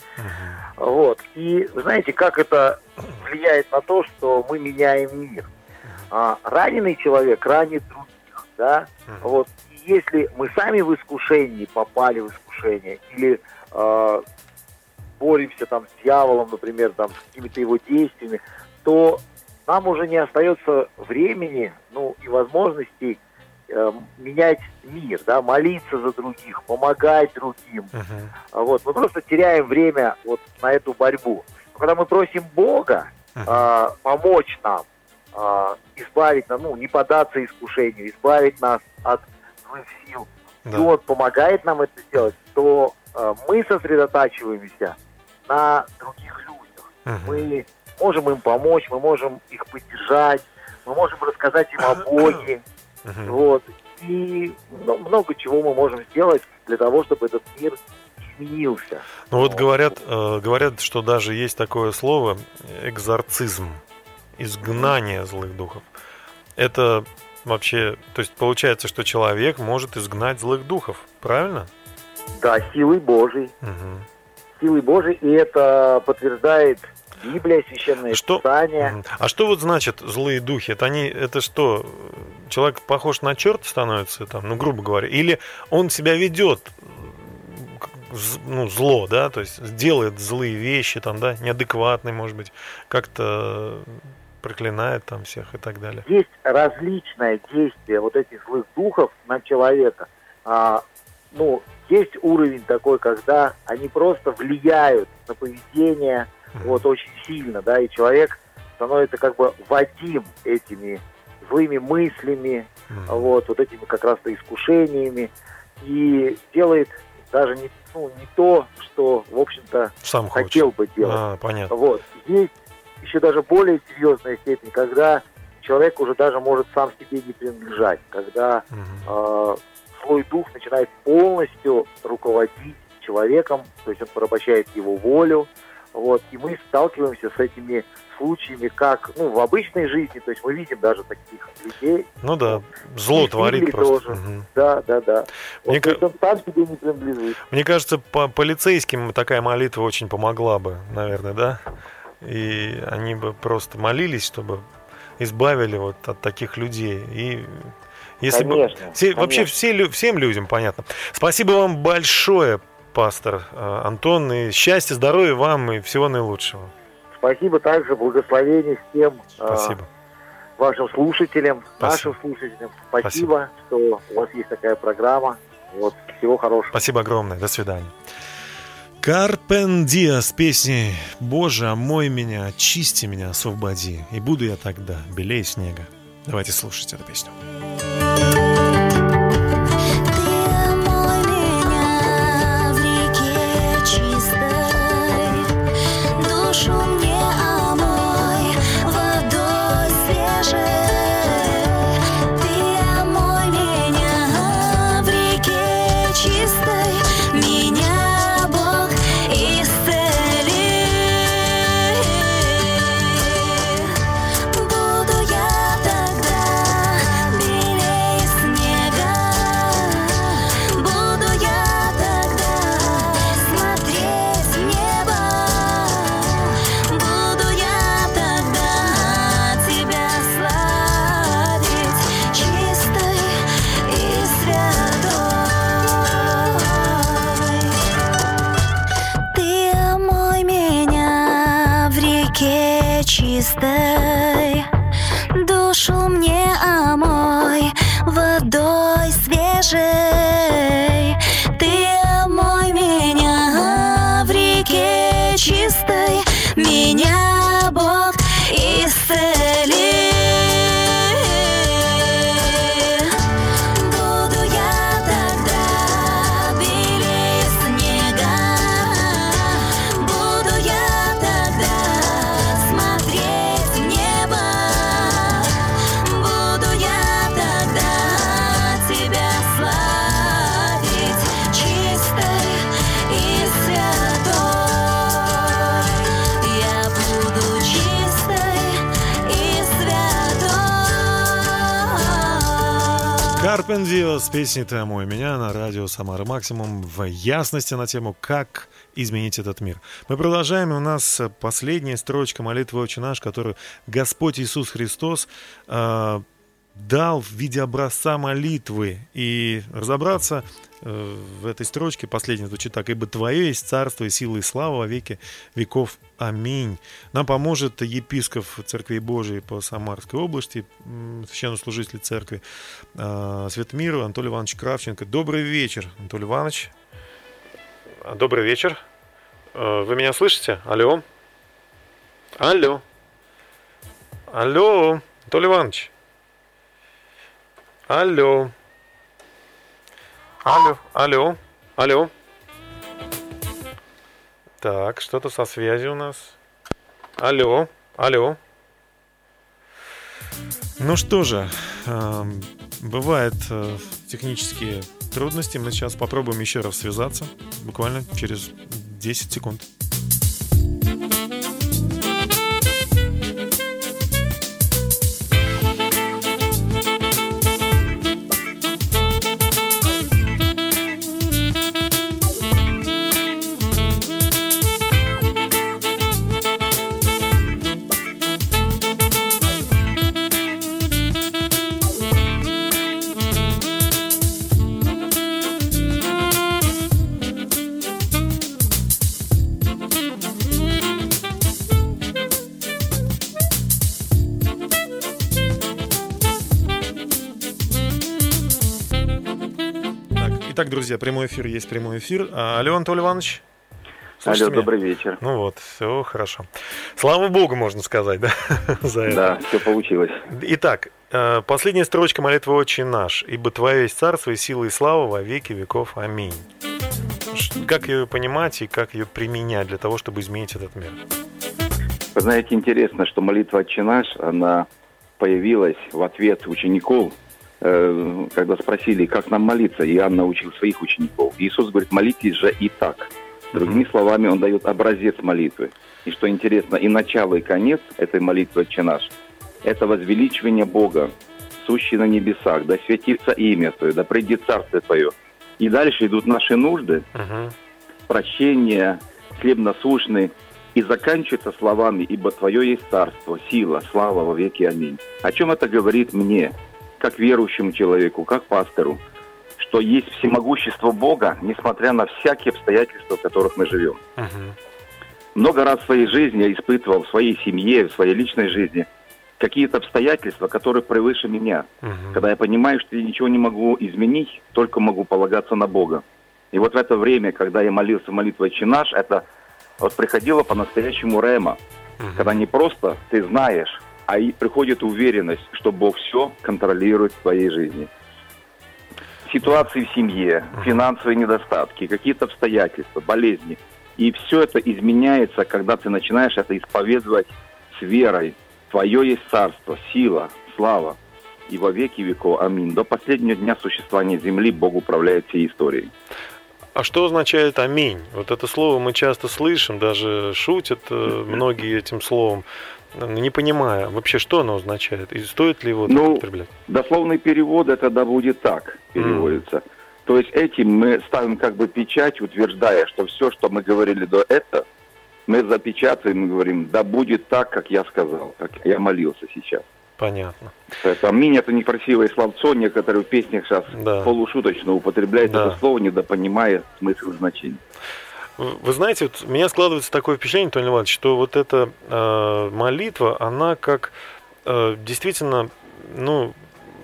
И вы знаете, как это влияет на то, что мы меняем мир? Раненый человек ранит других, да? И если мы сами в искушении, попали в искушение, или боремся там с дьяволом, например, там, с какими-то его действиями, то нам уже не остается времени, и возможностей менять мир, да, молиться за других, помогать другим. Мы просто теряем время на эту борьбу. Но когда мы просим Бога помочь нам, избавить нас, не поддаться искушению, избавить нас от злых сил, и Он помогает нам это сделать, то мы сосредотачиваемся на других людях. Мы можем им помочь, мы можем их поддержать, мы можем рассказать им о Боге. И много чего мы можем сделать для того, чтобы этот мир изменился. Говорят, что даже есть такое слово экзорцизм, изгнание злых духов. Это вообще, то есть получается, что человек может изгнать злых духов, правильно? Да, силой Божией. Силой Божией, и это подтверждает Библия, Священное Писание. А что значит злые духи? Это что? Человек похож на черта становится, грубо говоря? Или он себя ведет, зло, да? То есть делает злые вещи, неадекватный, может быть, как-то проклинает всех и так далее? Есть различное действие этих злых духов на человека. Есть уровень такой, когда они просто влияют на поведение очень сильно, да, и человек становится как бы водим этими злыми мыслями, этими как раз-то искушениями, и делает даже не то, что, в общем-то, сам хотел бы делать. Понятно. Есть еще даже более серьезная степень, когда человек уже даже может сам себе не принадлежать, когда злой дух начинает полностью руководить человеком, то есть он порабощает его волю, и мы сталкиваемся с этими случаями, как, в обычной жизни, то есть мы видим даже таких людей. Зло творит просто. Да. Он сам себе не принадлежит. Мне кажется, по полицейским такая молитва очень помогла бы, наверное, да? И они бы просто молились, чтобы избавили от таких людей. И если конечно. Вообще всем людям понятно. Спасибо вам большое, пастор Антон, и счастья, здоровья вам и всего наилучшего. Спасибо также, благословений всем вашим слушателям, нашим слушателям. Спасибо, что у вас есть такая программа. Всего хорошего. Спасибо огромное, до свидания. Карпен Диас с песней «Боже, омой меня, очисти меня, освободи, и буду я тогда белее снега». Давайте слушать эту песню. Чистой, душу мне омой водой свежей. Ты омой меня в реке чистой, меня Бог исцели. Буду я тогда белее снега, буду я тогда Карпен с песней «Ты омой меня» на радио «Самара Максимум» в ясности на тему «Как изменить этот мир». Мы продолжаем, и у нас последняя строчка молитвы «Отче наш», которую Господь Иисус Христос дал в виде образца молитвы. И разобраться в этой строчке, последняя звучит так: «Ибо Твое есть царство и сила и слава во веки веков. Аминь». Нам поможет епископ Церкви Божией по Самарской области, священнослужитель церкви Светмиру Анатолий Иванович Кравченко. Добрый вечер, Анатолий Иванович. Добрый вечер. Вы меня слышите? Алло. Алло. Алло, Анатолий Иванович. Алло. Алло. Алло. Алло. Так, что-то со связью у нас. Алло. Алло. Ну что же, бывают технические трудности. Мы сейчас попробуем еще раз связаться. Буквально через 10 секунд. Итак, друзья, прямой эфир есть прямой эфир. Алло, Анатолий Иванович. Слушайте Алло, меня? добрый вечер. Ну вот, все хорошо. Слава Богу, можно сказать, да? За это. Да, все получилось. Итак, последняя строчка молитвы «Отче наш». «Ибо Твое есть царство и сила и слава во веки веков. Аминь». Как ее понимать и как ее применять для того, чтобы изменить этот мир? Вы знаете, интересно, что молитва «Отче наш», она появилась в ответ учеников, когда спросили, как нам молиться, и Иоанн научил своих учеников. Иисус говорит: молитесь же и так. Другими словами, он дает образец молитвы. И что интересно, и начало, и конец этой молитвы «Отче наш» – это возвеличивание Бога, сущий на небесах, да святится имя Твое, да придет царствие Твое. И дальше идут наши нужды, прощение, хлеб насущный, и заканчивается словами: «Ибо Твое есть царство, сила, слава во веки. Аминь». О чем это говорит мне, как верующему человеку, как пастору? Что есть всемогущество Бога, несмотря на всякие обстоятельства, в которых мы живем. Много раз в своей жизни я испытывал, в своей семье, в своей личной жизни, какие-то обстоятельства, которые превыше меня. Когда я понимаю, что я ничего не могу изменить, только могу полагаться на Бога. И вот в это время, когда я молился молитвой «Отче наш», это вот приходило по-настоящему рема. Когда не просто ты знаешь, а и приходит уверенность, что Бог все контролирует в твоей жизни. Ситуации в семье, финансовые недостатки, какие-то обстоятельства, болезни. И все это изменяется, когда ты начинаешь это исповедовать с верой. Твое есть царство, сила, слава и во веки веков. Аминь. До последнего дня существования земли Бог управляет всей историей. А что означает «аминь»? Вот это слово мы часто слышим, даже шутят многие этим словом, не понимая вообще, что оно означает, и стоит ли его употреблять? Дословный перевод это «да будет так» переводится. То есть этим мы ставим как бы печать, утверждая, что все, что мы говорили до этого, мы запечатываем и говорим: да будет так, как я сказал, как я молился сейчас. Понятно. Это «аминь» — это некрасивое словцо, некоторые в песнях сейчас полушуточно употребляют это слово, недопонимая смысл и значение. Вы знаете, вот у меня складывается такое впечатление, Анатолий Иванович, что вот эта молитва, она как действительно, ну,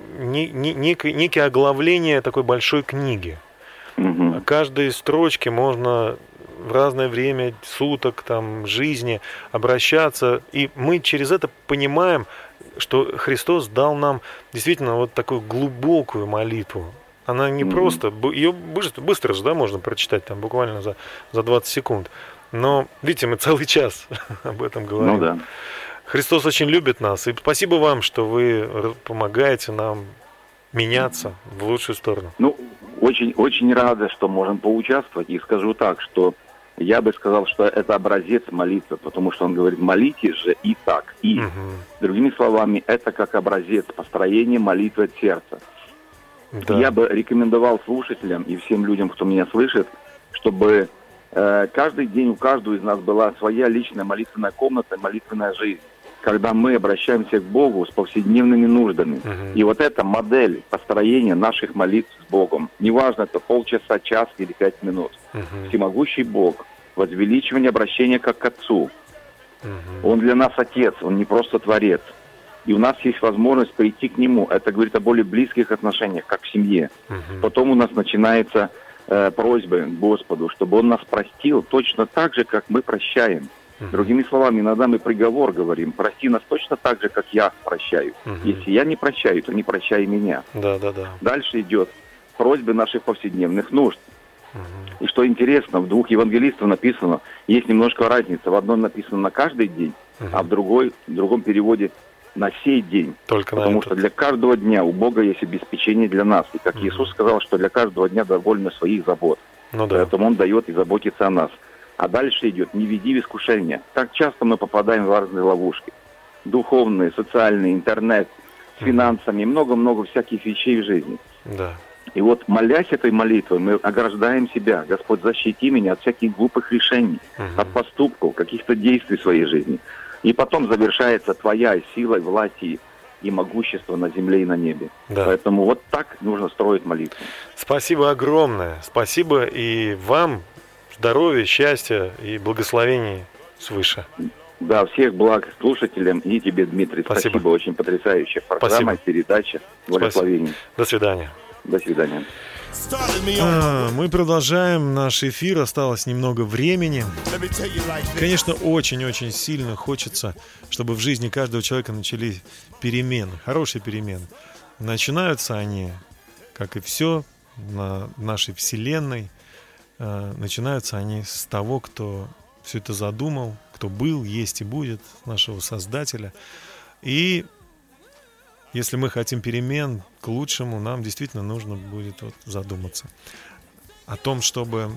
некое оглавление такой большой книги. Каждой строчке можно в разное время суток, там, жизни обращаться, и мы через это понимаем, что Христос дал нам действительно вот такую глубокую молитву. Она не просто, ее быстро же, да, можно прочитать там буквально за 20 секунд. Но, видите, мы целый час об этом говорим. Ну да. Христос очень любит нас, и спасибо вам, что вы помогаете нам меняться в лучшую сторону. Ну, очень рада, что можем поучаствовать. И скажу так, что я бы сказал, что это образец молитвы, потому что он говорит: молитесь же и так, и. Другими словами, это как образец построения молитвы от сердца. Да. Я бы рекомендовал слушателям и всем людям, кто меня слышит, чтобы каждый день у каждого из нас была своя личная молитвенная комната, молитвенная жизнь, когда мы обращаемся к Богу с повседневными нуждами. И вот эта модель построения наших молитв с Богом, неважно, это полчаса, час или 5 минут, всемогущий Бог, возвеличивание обращения как к Отцу. Он для нас Отец, Он не просто Творец. И у нас есть возможность прийти к Нему. Это говорит о более близких отношениях, как в семье. Потом у нас начинается просьбы к Господу, чтобы Он нас простил точно так же, как мы прощаем. Другими словами, иногда мы приговор говорим: прости нас точно так же, как я прощаю. Если я не прощаю, то не прощай меня. Дальше идет просьбы наших повседневных нужд. И что интересно, в 2 евангелистов написано, есть немножко разница. В одном написано на каждый день, а в другом переводе на сей день. Потому что для каждого дня у Бога есть обеспечение для нас. И как Иисус сказал, что для каждого дня довольно своих забот. Поэтому Он дает и заботится о нас. А дальше идет: не веди в искушение. Так часто мы попадаем в разные ловушки. Духовные, социальные, интернет, с финансами, много-много всяких вещей в жизни. И вот, молясь этой молитвой, мы ограждаем себя. Господь, защити меня от всяких глупых решений, от поступков, каких-то действий в своей жизни. И потом завершается Твоя сила, власть и могущество на земле и на небе. Поэтому вот так нужно строить молитву. Спасибо огромное. Спасибо и вам. Здоровья, счастья и благословений свыше. Да, всех благ слушателям и тебе, Дмитрий. Спасибо. Очень потрясающая программа, передача. Благословений. До свидания. До свидания. Мы продолжаем наш эфир. Осталось немного времени. Конечно, очень-очень сильно хочется, чтобы в жизни каждого человека начались перемены, хорошие перемены. Начинаются они, как и все на нашей вселенной, начинаются они с того, кто все это задумал, кто был, есть и будет, нашего Создателя. И если мы хотим перемен к лучшему, нам действительно нужно будет задуматься о том, чтобы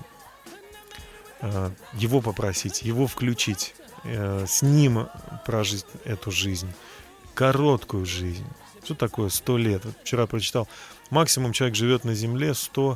Его попросить, Его включить, с Ним прожить эту жизнь, короткую жизнь. Что такое 100 лет? Вот вчера прочитал, максимум человек живет на Земле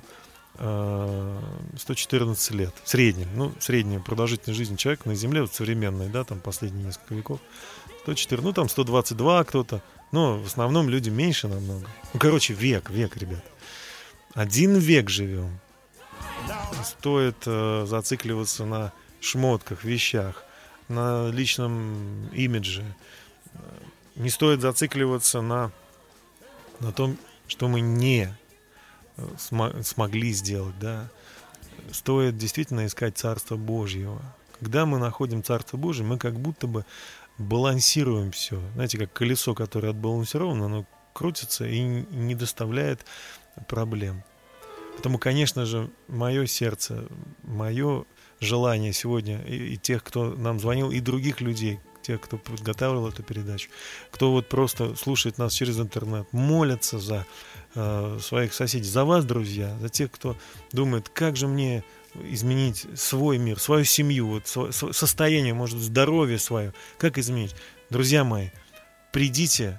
114 лет. В среднем. Средняя продолжительность жизни человека на Земле, вот современной, да, там последние несколько веков, 104, там 122 кто-то. Но в основном люди меньше намного. Век, ребят. 1 век живем. Стоит зацикливаться на шмотках, вещах, на личном имидже. Не стоит зацикливаться на том, что мы не смогли сделать, да. Стоит действительно искать Царство Божьего. Когда мы находим Царство Божие, мы как будто бы балансируем все. Знаете, как колесо, которое отбалансировано, оно крутится и не доставляет проблем. Поэтому, конечно же, мое сердце, мое желание сегодня и тех, кто нам звонил, и других людей, тех, кто подготавливал эту передачу, кто вот просто слушает нас через интернет, молятся за своих соседей, за вас, друзья, за тех, кто думает, как же мне изменить свой мир, свою семью, состояние, может, здоровье свое, как изменить. Друзья мои, придите,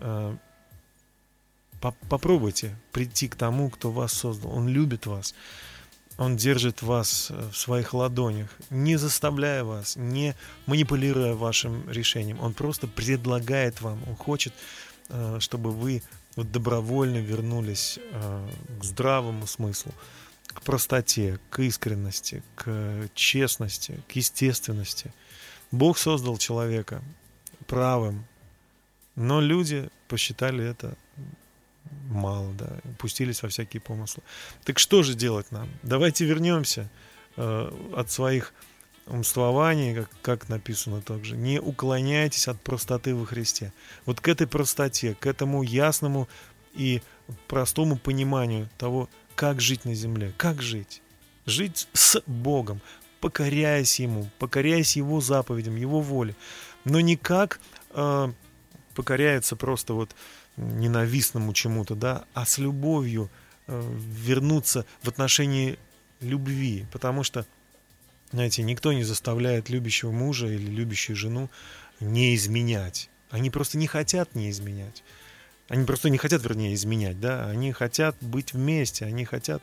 попробуйте прийти к тому, кто вас создал. Он любит вас, Он держит вас в своих ладонях, не заставляя вас, не манипулируя вашим решением. Он просто предлагает вам, Он хочет, чтобы вы добровольно вернулись к здравому смыслу, к простоте, к искренности, к честности, к естественности. Бог создал человека правым, но люди посчитали это мало, да, пустились во всякие помыслы. Так что же делать нам? Давайте вернемся от своих умствований, как написано также. Не уклоняйтесь от простоты во Христе. Вот к этой простоте, к этому ясному и простому пониманию того, как жить на земле, как жить. Жить с Богом, покоряясь Ему, покоряясь Его заповедям, Его воле. Но не как покоряется просто ненавистному чему-то, да, а с любовью вернуться в отношении любви. Потому что, знаете, никто не заставляет любящего мужа или любящую жену не изменять. Они просто не хотят не изменять. Они просто не хотят, вернее, изменять, да, они хотят быть вместе, они хотят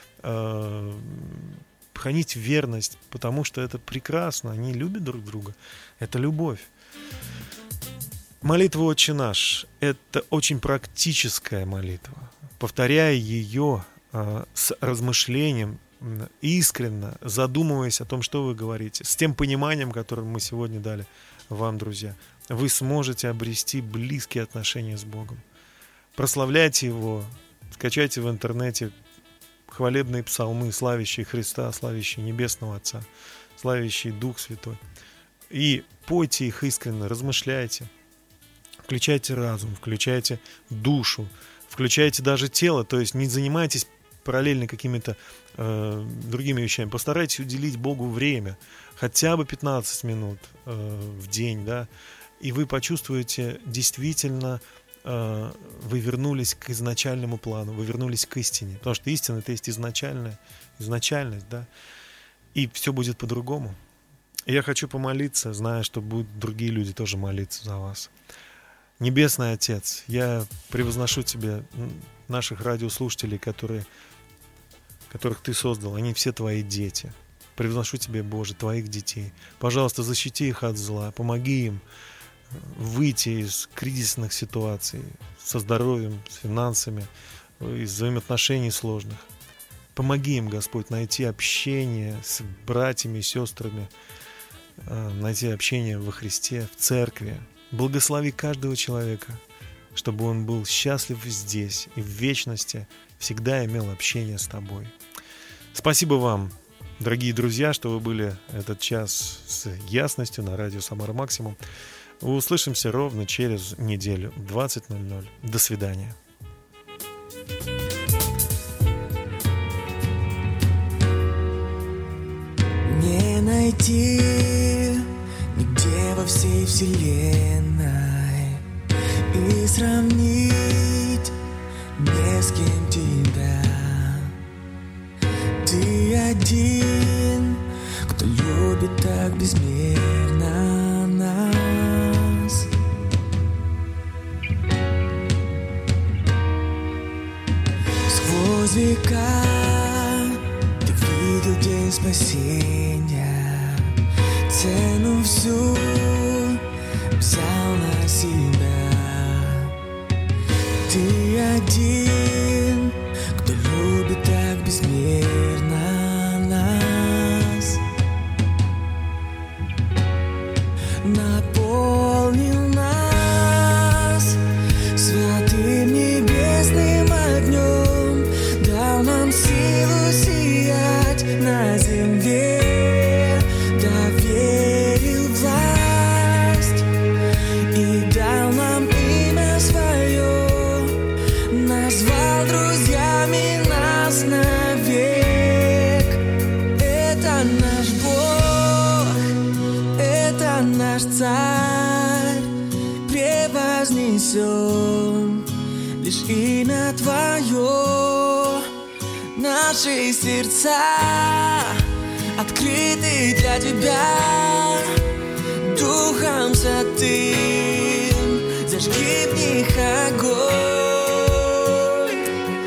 хранить верность, потому что это прекрасно, они любят друг друга, это любовь. Молитва «Отче наш» — это очень практическая молитва. Повторяя ее с размышлением, искренне, задумываясь о том, что вы говорите, с тем пониманием, которое мы сегодня дали вам, друзья, вы сможете обрести близкие отношения с Богом. Прославляйте Его, скачайте в интернете хвалебные псалмы, славящие Христа, славящие Небесного Отца, славящие Дух Святой. И пойте их искренне, размышляйте, включайте разум, включайте душу, включайте даже тело, то есть не занимайтесь параллельно какими-то другими вещами. Постарайтесь уделить Богу время, хотя бы 15 минут в день, да, и вы почувствуете действительно, вы вернулись к изначальному плану, вы вернулись к истине, потому что истина — это есть изначальность, да, и все будет по-другому. И я хочу помолиться, зная, что будут другие люди тоже молиться за вас. Небесный Отец, я превозношу Тебя, наших радиослушателей, которых Ты создал, они все Твои дети. Превозношу Тебе, Боже, Твоих детей. Пожалуйста, защити их от зла, помоги им выйти из кризисных ситуаций со здоровьем, с финансами, из взаимоотношений сложных. Помоги им, Господь, найти общение с братьями и сестрами, найти общение во Христе, в церкви. Благослови каждого человека, чтобы он был счастлив здесь и в вечности всегда имел общение с Тобой. Спасибо вам, дорогие друзья, что вы были этот час с ясностью на радио «Самара Максимум». Услышимся ровно через неделю в 20:00. До свидания. Не найти нигде во всей вселенной и сравнить не с кем тебя. Ты один, кто любит так безмерно нас. Сквозь века ты видел день спасения, цену всю взял на себя. Ты один, кто любит так безмерно нас, наполнил нас святым небесным огнем, дал нам силу сиять на земле, доверил власть и дал нам имя свое, назвал друзьями нас навек. Это наш Бог, это наш Царь, превознесем лишь имя Твое. Наши сердца открыты для Тебя, Духом Святым зажги в них огонь.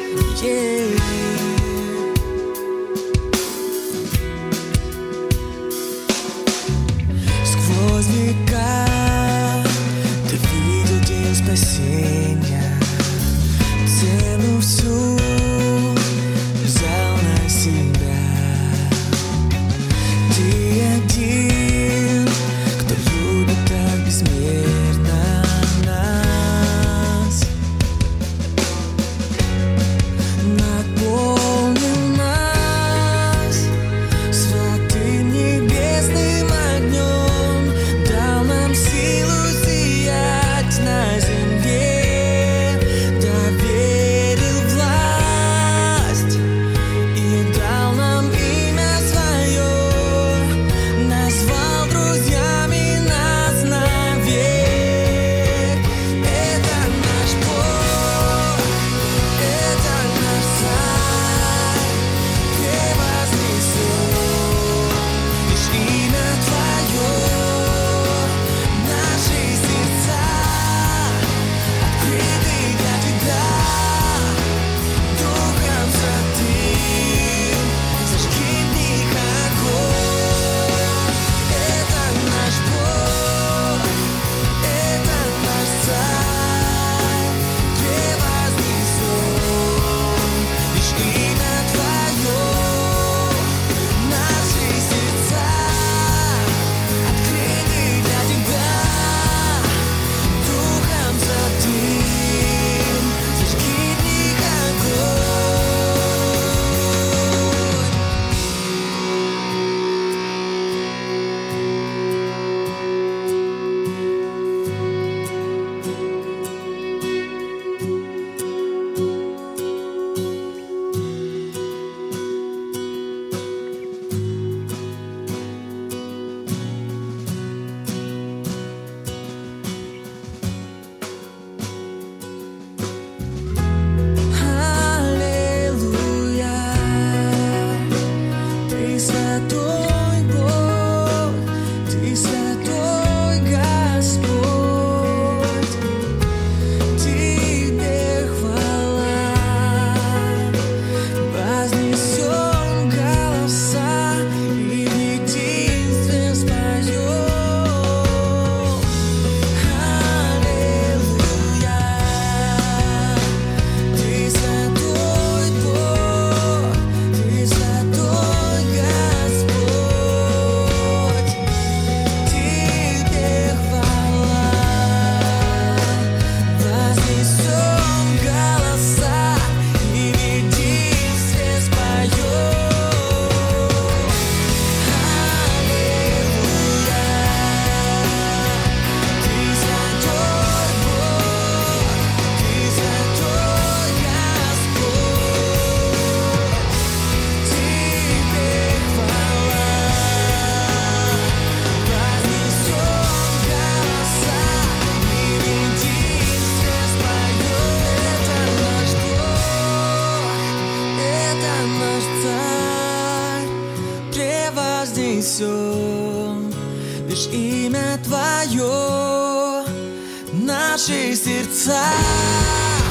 Сквозь века ты видел день спасения, цену всю взял на себя. Ты один, кто любит так безмерно нас. лишь имя Твое, наши сердца